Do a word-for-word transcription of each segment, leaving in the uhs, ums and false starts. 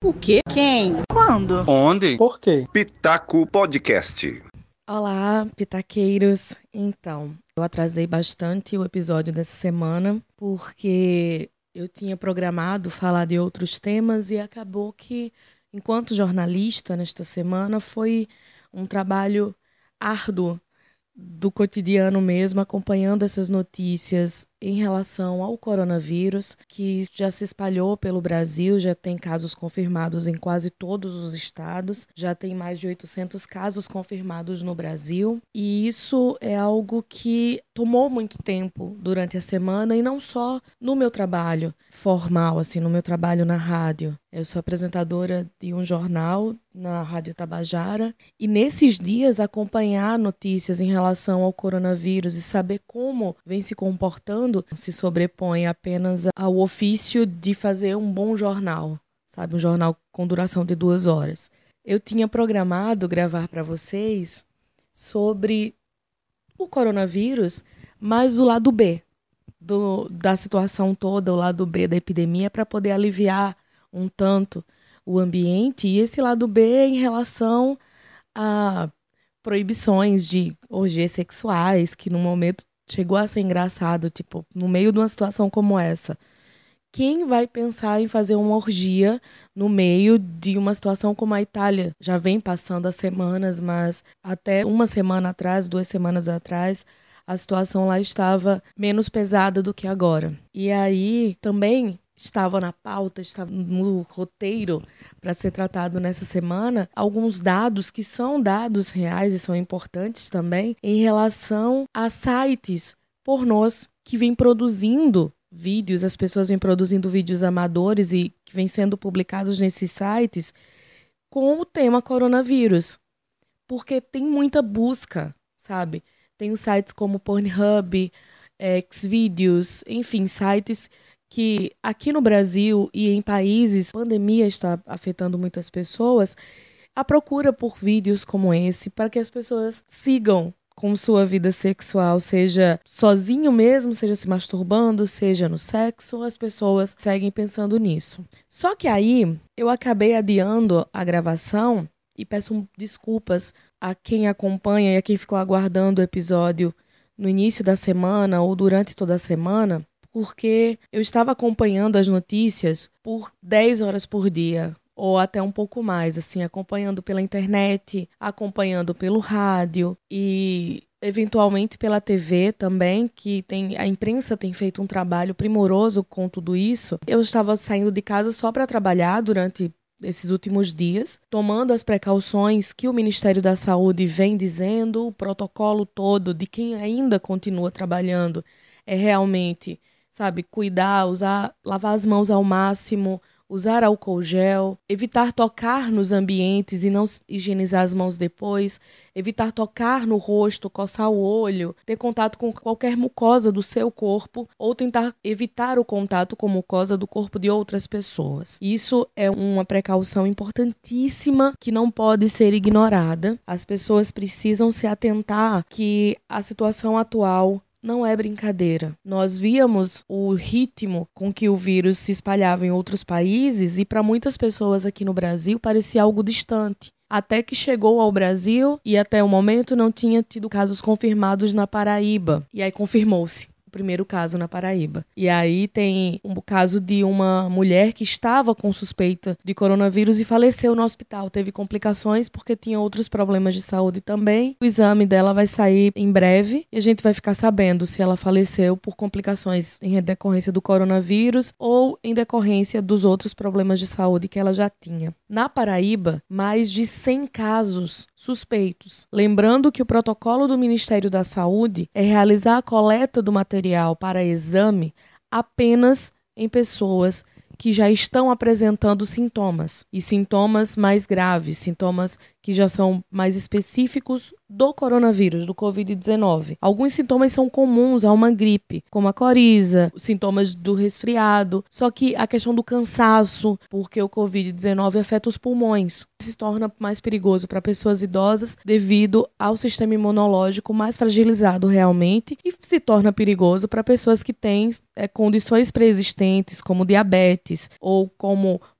O quê? Quem? Quando? Onde? Por quê? Pitaco Podcast. Olá, pitaqueiros. Então, eu atrasei bastante o episódio dessa semana porque eu tinha programado falar de outros temas e acabou que, enquanto jornalista, nesta semana, foi um trabalho árduo do cotidiano mesmo, acompanhando essas notícias em relação ao coronavírus, que já se espalhou pelo Brasil, já tem casos confirmados em quase todos os estados, já tem mais de oitocentos casos confirmados no Brasil, e isso é algo que tomou muito tempo durante a semana, e não só no meu trabalho formal, assim, no meu trabalho na rádio. Eu sou apresentadora de um jornal na Rádio Tabajara, e nesses dias acompanhar notícias em relação ao coronavírus e saber como vem se comportando se sobrepõe apenas ao ofício de fazer um bom jornal, sabe? Um jornal com duração de duas horas. Eu tinha programado gravar para vocês sobre o coronavírus, mas o lado B do, da situação toda, o lado B da epidemia, para poder aliviar um tanto o ambiente, e esse lado B em relação a proibições de orgias sexuais, que no momento chegou a ser engraçado, tipo, no meio de uma situação como essa. Quem vai pensar em fazer uma orgia no meio de uma situação como a Itália? Já vem passando as semanas, mas até uma semana atrás, duas semanas atrás, a situação lá estava menos pesada do que agora. E aí também estava na pauta, estava no roteiro para ser tratado nessa semana, alguns dados que são dados reais e são importantes também em relação a sites pornôs que vêm produzindo vídeos, as pessoas vêm produzindo vídeos amadores e que vêm sendo publicados nesses sites com o tema coronavírus. Porque tem muita busca, sabe? Tem os sites como Pornhub, Xvideos, enfim, sites que aqui no Brasil e em países, a pandemia está afetando muitas pessoas, a procura por vídeos como esse para que as pessoas sigam com sua vida sexual, seja sozinho mesmo, seja se masturbando, seja no sexo, as pessoas seguem pensando nisso. Só que aí eu acabei adiando a gravação e peço desculpas a quem acompanha e a quem ficou aguardando o episódio no início da semana ou durante toda a semana, porque eu estava acompanhando as notícias por dez horas por dia, ou até um pouco mais, assim, acompanhando pela internet, acompanhando pelo rádio e eventualmente pela T V também, que tem, a imprensa tem feito um trabalho primoroso com tudo isso. Eu estava saindo de casa só para trabalhar durante esses últimos dias, tomando as precauções que o Ministério da Saúde vem dizendo, o protocolo todo de quem ainda continua trabalhando é realmente, sabe, cuidar, usar, lavar as mãos ao máximo, usar álcool gel, evitar tocar nos ambientes e não higienizar as mãos depois, evitar tocar no rosto, coçar o olho, ter contato com qualquer mucosa do seu corpo ou tentar evitar o contato com mucosa do corpo de outras pessoas. Isso é uma precaução importantíssima que não pode ser ignorada. As pessoas precisam se atentar que a situação atual não é brincadeira. Nós víamos o ritmo com que o vírus se espalhava em outros países e para muitas pessoas aqui no Brasil parecia algo distante. Até que chegou ao Brasil e até o momento não tinha tido casos confirmados na Paraíba. E aí confirmou-se o primeiro caso na Paraíba. E aí tem um caso de uma mulher que estava com suspeita de coronavírus e faleceu no hospital. Teve complicações porque tinha outros problemas de saúde também. O exame dela vai sair em breve e a gente vai ficar sabendo se ela faleceu por complicações em decorrência do coronavírus ou em decorrência dos outros problemas de saúde que ela já tinha. Na Paraíba, mais de cem casos suspeitos. Lembrando que o protocolo do Ministério da Saúde é realizar a coleta do material para exame apenas em pessoas que já estão apresentando sintomas, e sintomas mais graves, sintomas que já são mais específicos do coronavírus, do covid dezenove. Alguns sintomas são comuns a uma gripe, como a coriza, sintomas do resfriado, só que a questão do cansaço, porque o covid dezenove afeta os pulmões, se torna mais perigoso para pessoas idosas devido ao sistema imunológico mais fragilizado realmente, e se torna perigoso para pessoas que têm é, condições pré-existentes, como diabetes ou como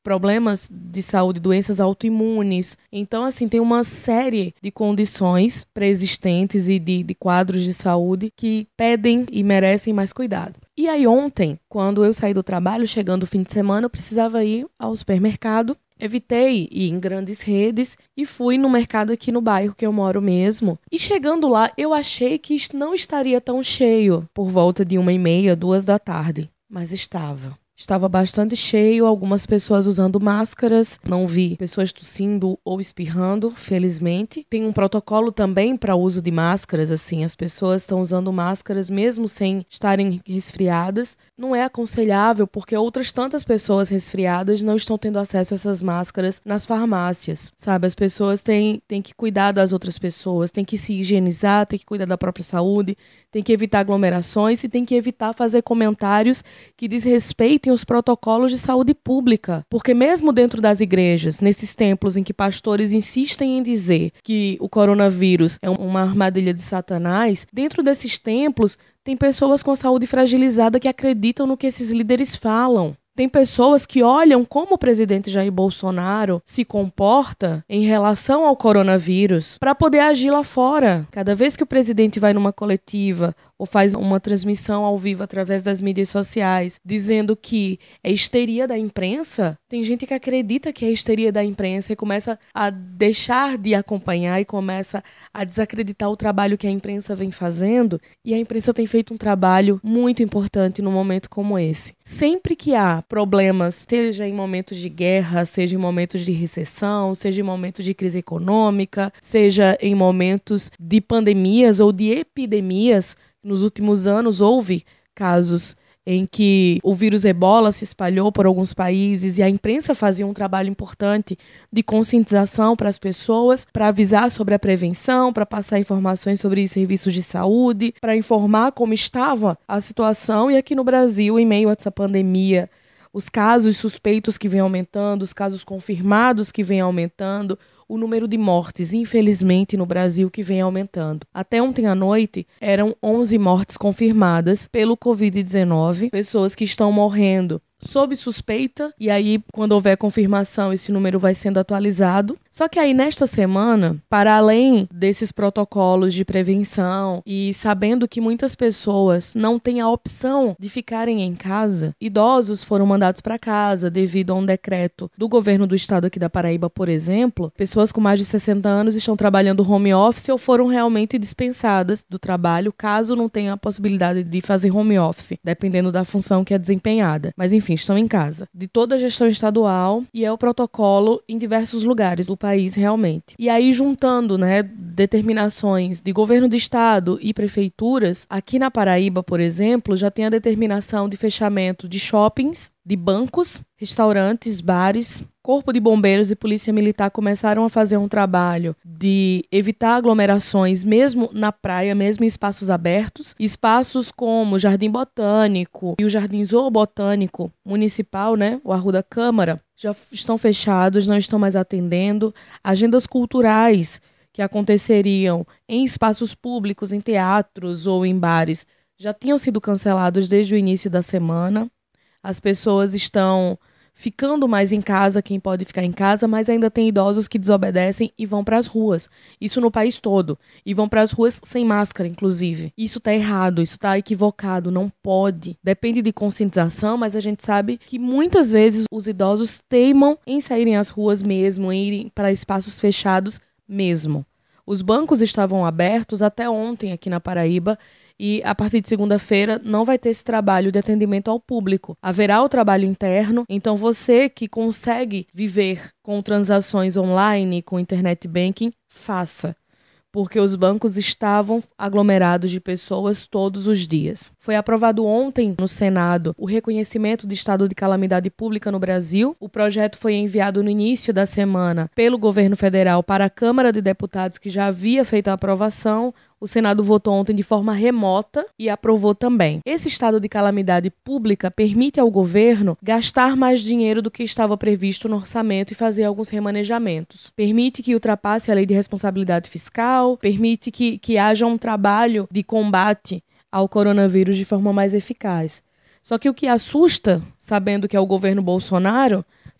problemas de saúde, doenças autoimunes. Então, assim, tem uma série de condições pré-existentes e de, de quadros de saúde que pedem e merecem mais cuidado. E aí ontem, quando eu saí do trabalho, chegando o fim de semana, eu precisava ir ao supermercado. Evitei ir em grandes redes e fui no mercado aqui no bairro que eu moro mesmo. E chegando lá, eu achei que não estaria tão cheio por volta de uma e meia, duas da tarde. Mas estava. Estava bastante cheio, algumas pessoas usando máscaras, não vi pessoas tossindo ou espirrando, felizmente. Tem um protocolo também para uso de máscaras, assim, as pessoas estão usando máscaras mesmo sem estarem resfriadas. Não é aconselhável porque outras tantas pessoas resfriadas não estão tendo acesso a essas máscaras nas farmácias, sabe? As pessoas têm, têm que cuidar das outras pessoas, têm que se higienizar, têm que cuidar da própria saúde, têm que evitar aglomerações e têm que evitar fazer comentários que desrespeitem os protocolos de saúde pública. Porque mesmo dentro das igrejas, nesses templos em que pastores insistem em dizer que o coronavírus é uma armadilha de Satanás, dentro desses templos tem pessoas com a saúde fragilizada que acreditam no que esses líderes falam. Tem pessoas que olham como o presidente Jair Bolsonaro se comporta em relação ao coronavírus para poder agir lá fora. Cada vez que o presidente vai numa coletiva ou faz uma transmissão ao vivo através das mídias sociais, dizendo que é histeria da imprensa, tem gente que acredita que é histeria da imprensa e começa a deixar de acompanhar e começa a desacreditar o trabalho que a imprensa vem fazendo. E a imprensa tem feito um trabalho muito importante num momento como esse. Sempre que há problemas, seja em momentos de guerra, seja em momentos de recessão, seja em momentos de crise econômica, seja em momentos de pandemias ou de epidemias. Nos últimos anos houve casos em que o vírus ebola se espalhou por alguns países e a imprensa fazia um trabalho importante de conscientização para as pessoas, para avisar sobre a prevenção, para passar informações sobre serviços de saúde, para informar como estava a situação. E aqui no Brasil, em meio a essa pandemia, os casos suspeitos que vêm aumentando, os casos confirmados que vêm aumentando, o número de mortes, infelizmente, no Brasil, que vem aumentando. Até ontem à noite, eram onze mortes confirmadas pelo covid dezenove, pessoas que estão morrendo sob suspeita, e aí, quando houver confirmação, esse número vai sendo atualizado. Só que aí, nesta semana, para além desses protocolos de prevenção e sabendo que muitas pessoas não têm a opção de ficarem em casa, idosos foram mandados para casa devido a um decreto do governo do estado aqui da Paraíba, por exemplo. Pessoas com mais de sessenta anos estão trabalhando home office ou foram realmente dispensadas do trabalho, caso não tenha a possibilidade de fazer home office, dependendo da função que é desempenhada. Mas, enfim, estão em casa. De toda a gestão estadual, e é o protocolo em diversos lugares do país, realmente. E aí, juntando, né, determinações de governo do estado e prefeituras, aqui na Paraíba, por exemplo, já tem a determinação de fechamento de shoppings, de bancos, restaurantes, bares. Corpo de Bombeiros e Polícia Militar começaram a fazer um trabalho de evitar aglomerações, mesmo na praia, mesmo em espaços abertos. Espaços como o Jardim Botânico e o Jardim Zoobotânico Municipal, né, o Arruda Câmara, já estão fechados, não estão mais atendendo. Agendas culturais que aconteceriam em espaços públicos, em teatros ou em bares, já tinham sido cancelados desde o início da semana. As pessoas estão ficando mais em casa, quem pode ficar em casa, mas ainda tem idosos que desobedecem e vão para as ruas. Isso no país todo. E vão para as ruas sem máscara, inclusive. Isso está errado, isso está equivocado, não pode. Depende de conscientização, mas a gente sabe que muitas vezes os idosos teimam em saírem às ruas mesmo, em irem para espaços fechados mesmo. Os bancos estavam abertos até ontem aqui na Paraíba, e a partir de segunda-feira não vai ter esse trabalho de atendimento ao público. Haverá o trabalho interno, então você que consegue viver com transações online, com internet banking, faça. Porque os bancos estavam aglomerados de pessoas todos os dias. Foi aprovado ontem no Senado o reconhecimento de estado de calamidade pública no Brasil. O projeto foi enviado no início da semana pelo governo federal para a Câmara de Deputados, que já havia feito a aprovação. O Senado votou ontem de forma remota e aprovou também. Esse estado de calamidade pública permite ao governo gastar mais dinheiro do que estava previsto no orçamento e fazer alguns remanejamentos. Permite que ultrapasse a lei de responsabilidade fiscal, permite que, que haja um trabalho de combate ao coronavírus de forma mais eficaz. Só que o que assusta, sabendo que é o governo Bolsonaro,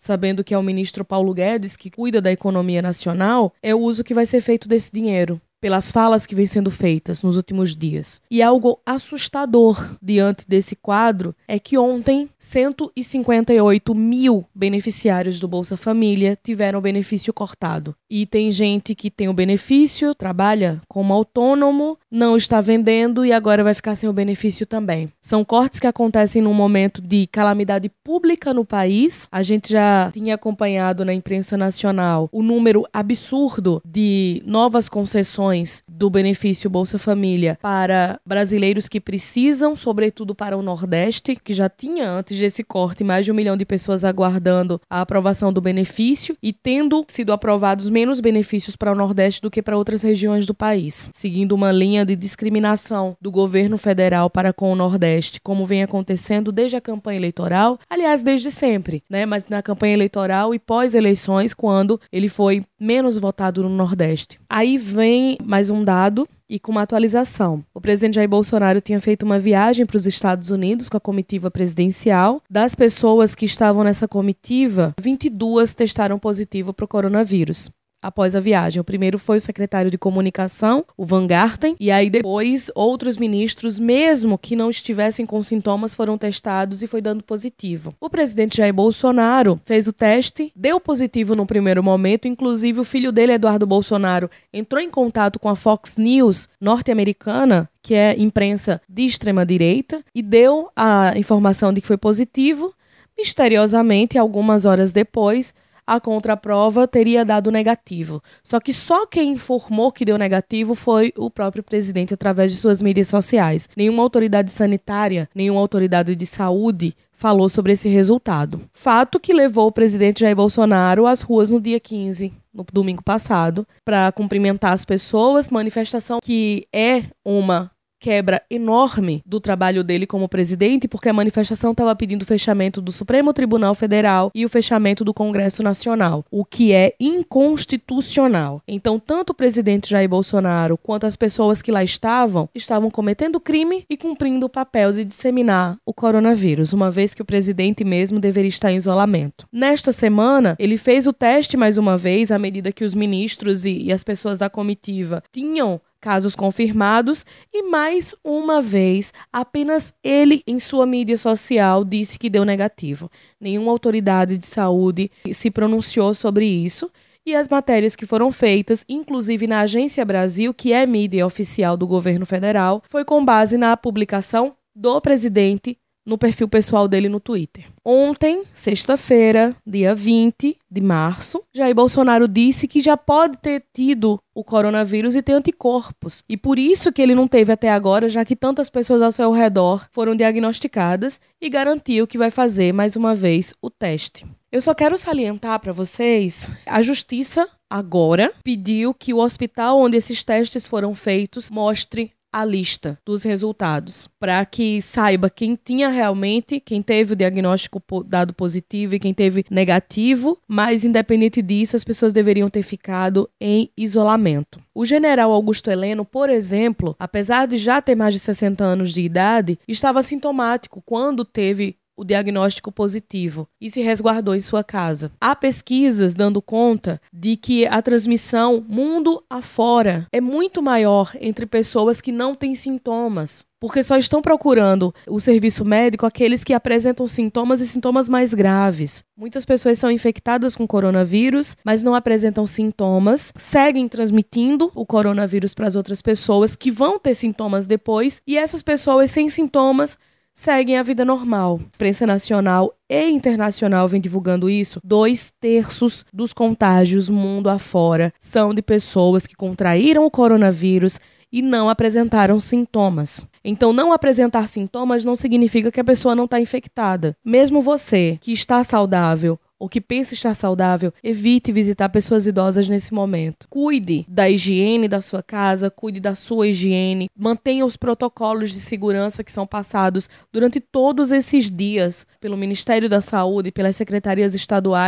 sabendo que é o ministro Paulo Guedes que cuida da economia nacional, é o uso que vai ser feito desse dinheiro, pelas falas que vêm sendo feitas nos últimos dias. E algo assustador diante desse quadro é que ontem cento e cinquenta e oito mil beneficiários do Bolsa Família tiveram o benefício cortado. E tem gente que tem o benefício, trabalha como autônomo, não está vendendo e agora vai ficar sem o benefício também. São cortes que acontecem num momento de calamidade pública no país. A gente já tinha acompanhado na imprensa nacional o número absurdo de novas concessões do benefício Bolsa Família para brasileiros que precisam, sobretudo para o Nordeste, que já tinha antes desse corte mais de um milhão de pessoas aguardando a aprovação do benefício e tendo sido aprovados menos benefícios para o Nordeste do que para outras regiões do país, seguindo uma linha de discriminação do governo federal para com o Nordeste, como vem acontecendo desde a campanha eleitoral, aliás, desde sempre, né? Mas na campanha eleitoral e pós-eleições, quando ele foi menos votado no Nordeste. Aí vem mais um dado e com uma atualização. O presidente Jair Bolsonaro tinha feito uma viagem para os Estados Unidos com a comitiva presidencial. Das pessoas que estavam nessa comitiva, vinte e duas testaram positivo para o coronavírus após a viagem. O primeiro foi o secretário de comunicação, o Van Garten, e aí depois outros ministros, mesmo que não estivessem com sintomas, foram testados e foi dando positivo. O presidente Jair Bolsonaro fez o teste, deu positivo no primeiro momento, inclusive o filho dele, Eduardo Bolsonaro, entrou em contato com a Fox News norte-americana, que é imprensa de extrema-direita, e deu a informação de que foi positivo. Misteriosamente, algumas horas depois, a contraprova teria dado negativo. Só que só quem informou que deu negativo foi o próprio presidente através de suas mídias sociais. Nenhuma autoridade sanitária, nenhuma autoridade de saúde falou sobre esse resultado. Fato que levou o presidente Jair Bolsonaro às ruas no dia quinze, no domingo passado, para cumprimentar as pessoas, manifestação que é uma quebra enorme do trabalho dele como presidente, porque a manifestação estava pedindo o fechamento do Supremo Tribunal Federal e o fechamento do Congresso Nacional, o que é inconstitucional. Então, tanto o presidente Jair Bolsonaro quanto as pessoas que lá estavam, estavam cometendo crime e cumprindo o papel de disseminar o coronavírus, uma vez que o presidente mesmo deveria estar em isolamento. Nesta semana, ele fez o teste mais uma vez, à medida que os ministros e, e as pessoas da comitiva tinham casos confirmados, e mais uma vez, apenas ele em sua mídia social disse que deu negativo. Nenhuma autoridade de saúde se pronunciou sobre isso, e as matérias que foram feitas, inclusive na Agência Brasil, que é mídia oficial do governo federal, foi com base na publicação do presidente no perfil pessoal dele no Twitter. Ontem, sexta-feira, dia vinte de março, Jair Bolsonaro disse que já pode ter tido o coronavírus e ter anticorpos. E por isso que ele não teve até agora, já que tantas pessoas ao seu redor foram diagnosticadas, e garantiu que vai fazer mais uma vez o teste. Eu só quero salientar para vocês, a Justiça agora pediu que o hospital onde esses testes foram feitos mostre a lista dos resultados, para que saiba quem tinha realmente, quem teve o diagnóstico dado positivo e quem teve negativo, mas independente disso, as pessoas deveriam ter ficado em isolamento. O general Augusto Heleno, por exemplo, apesar de já ter mais de sessenta anos de idade, estava sintomático quando teve o diagnóstico positivo e se resguardou em sua casa. Há pesquisas dando conta de que a transmissão mundo afora é muito maior entre pessoas que não têm sintomas, porque só estão procurando o serviço médico aqueles que apresentam sintomas e sintomas mais graves. Muitas pessoas são infectadas com coronavírus, mas não apresentam sintomas, seguem transmitindo o coronavírus para as outras pessoas que vão ter sintomas depois, e essas pessoas sem sintomas seguem a vida normal. A imprensa nacional e internacional vem divulgando isso. Dois terços dos contágios mundo afora são de pessoas que contraíram o coronavírus e não apresentaram sintomas. Então, não apresentar sintomas não significa que a pessoa não está infectada. Mesmo você que está saudável ou que pensa estar saudável, evite visitar pessoas idosas nesse momento. Cuide da higiene da sua casa, cuide da sua higiene, mantenha os protocolos de segurança que são passados durante todos esses dias pelo Ministério da Saúde, pelas secretarias estaduais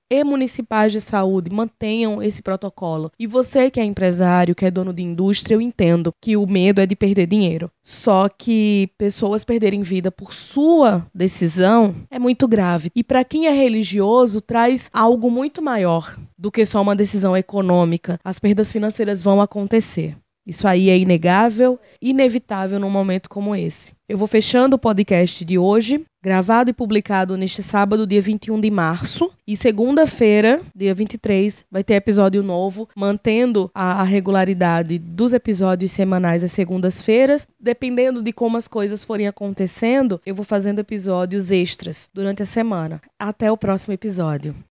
e municipais de saúde mantenham esse protocolo. E você que é empresário, que é dono de indústria, eu entendo que o medo é de perder dinheiro. Só que pessoas perderem vida por sua decisão é muito grave. E para quem é religioso, traz algo muito maior do que só uma decisão econômica. As perdas financeiras vão acontecer. Isso aí é inegável, inevitável num momento como esse. Eu vou fechando o podcast de hoje, gravado e publicado neste sábado, dia vinte e um de março. E segunda-feira, dia vinte e três, vai ter episódio novo, mantendo a, a regularidade dos episódios semanais às segundas-feiras. Dependendo de como as coisas forem acontecendo, eu vou fazendo episódios extras durante a semana. Até o próximo episódio.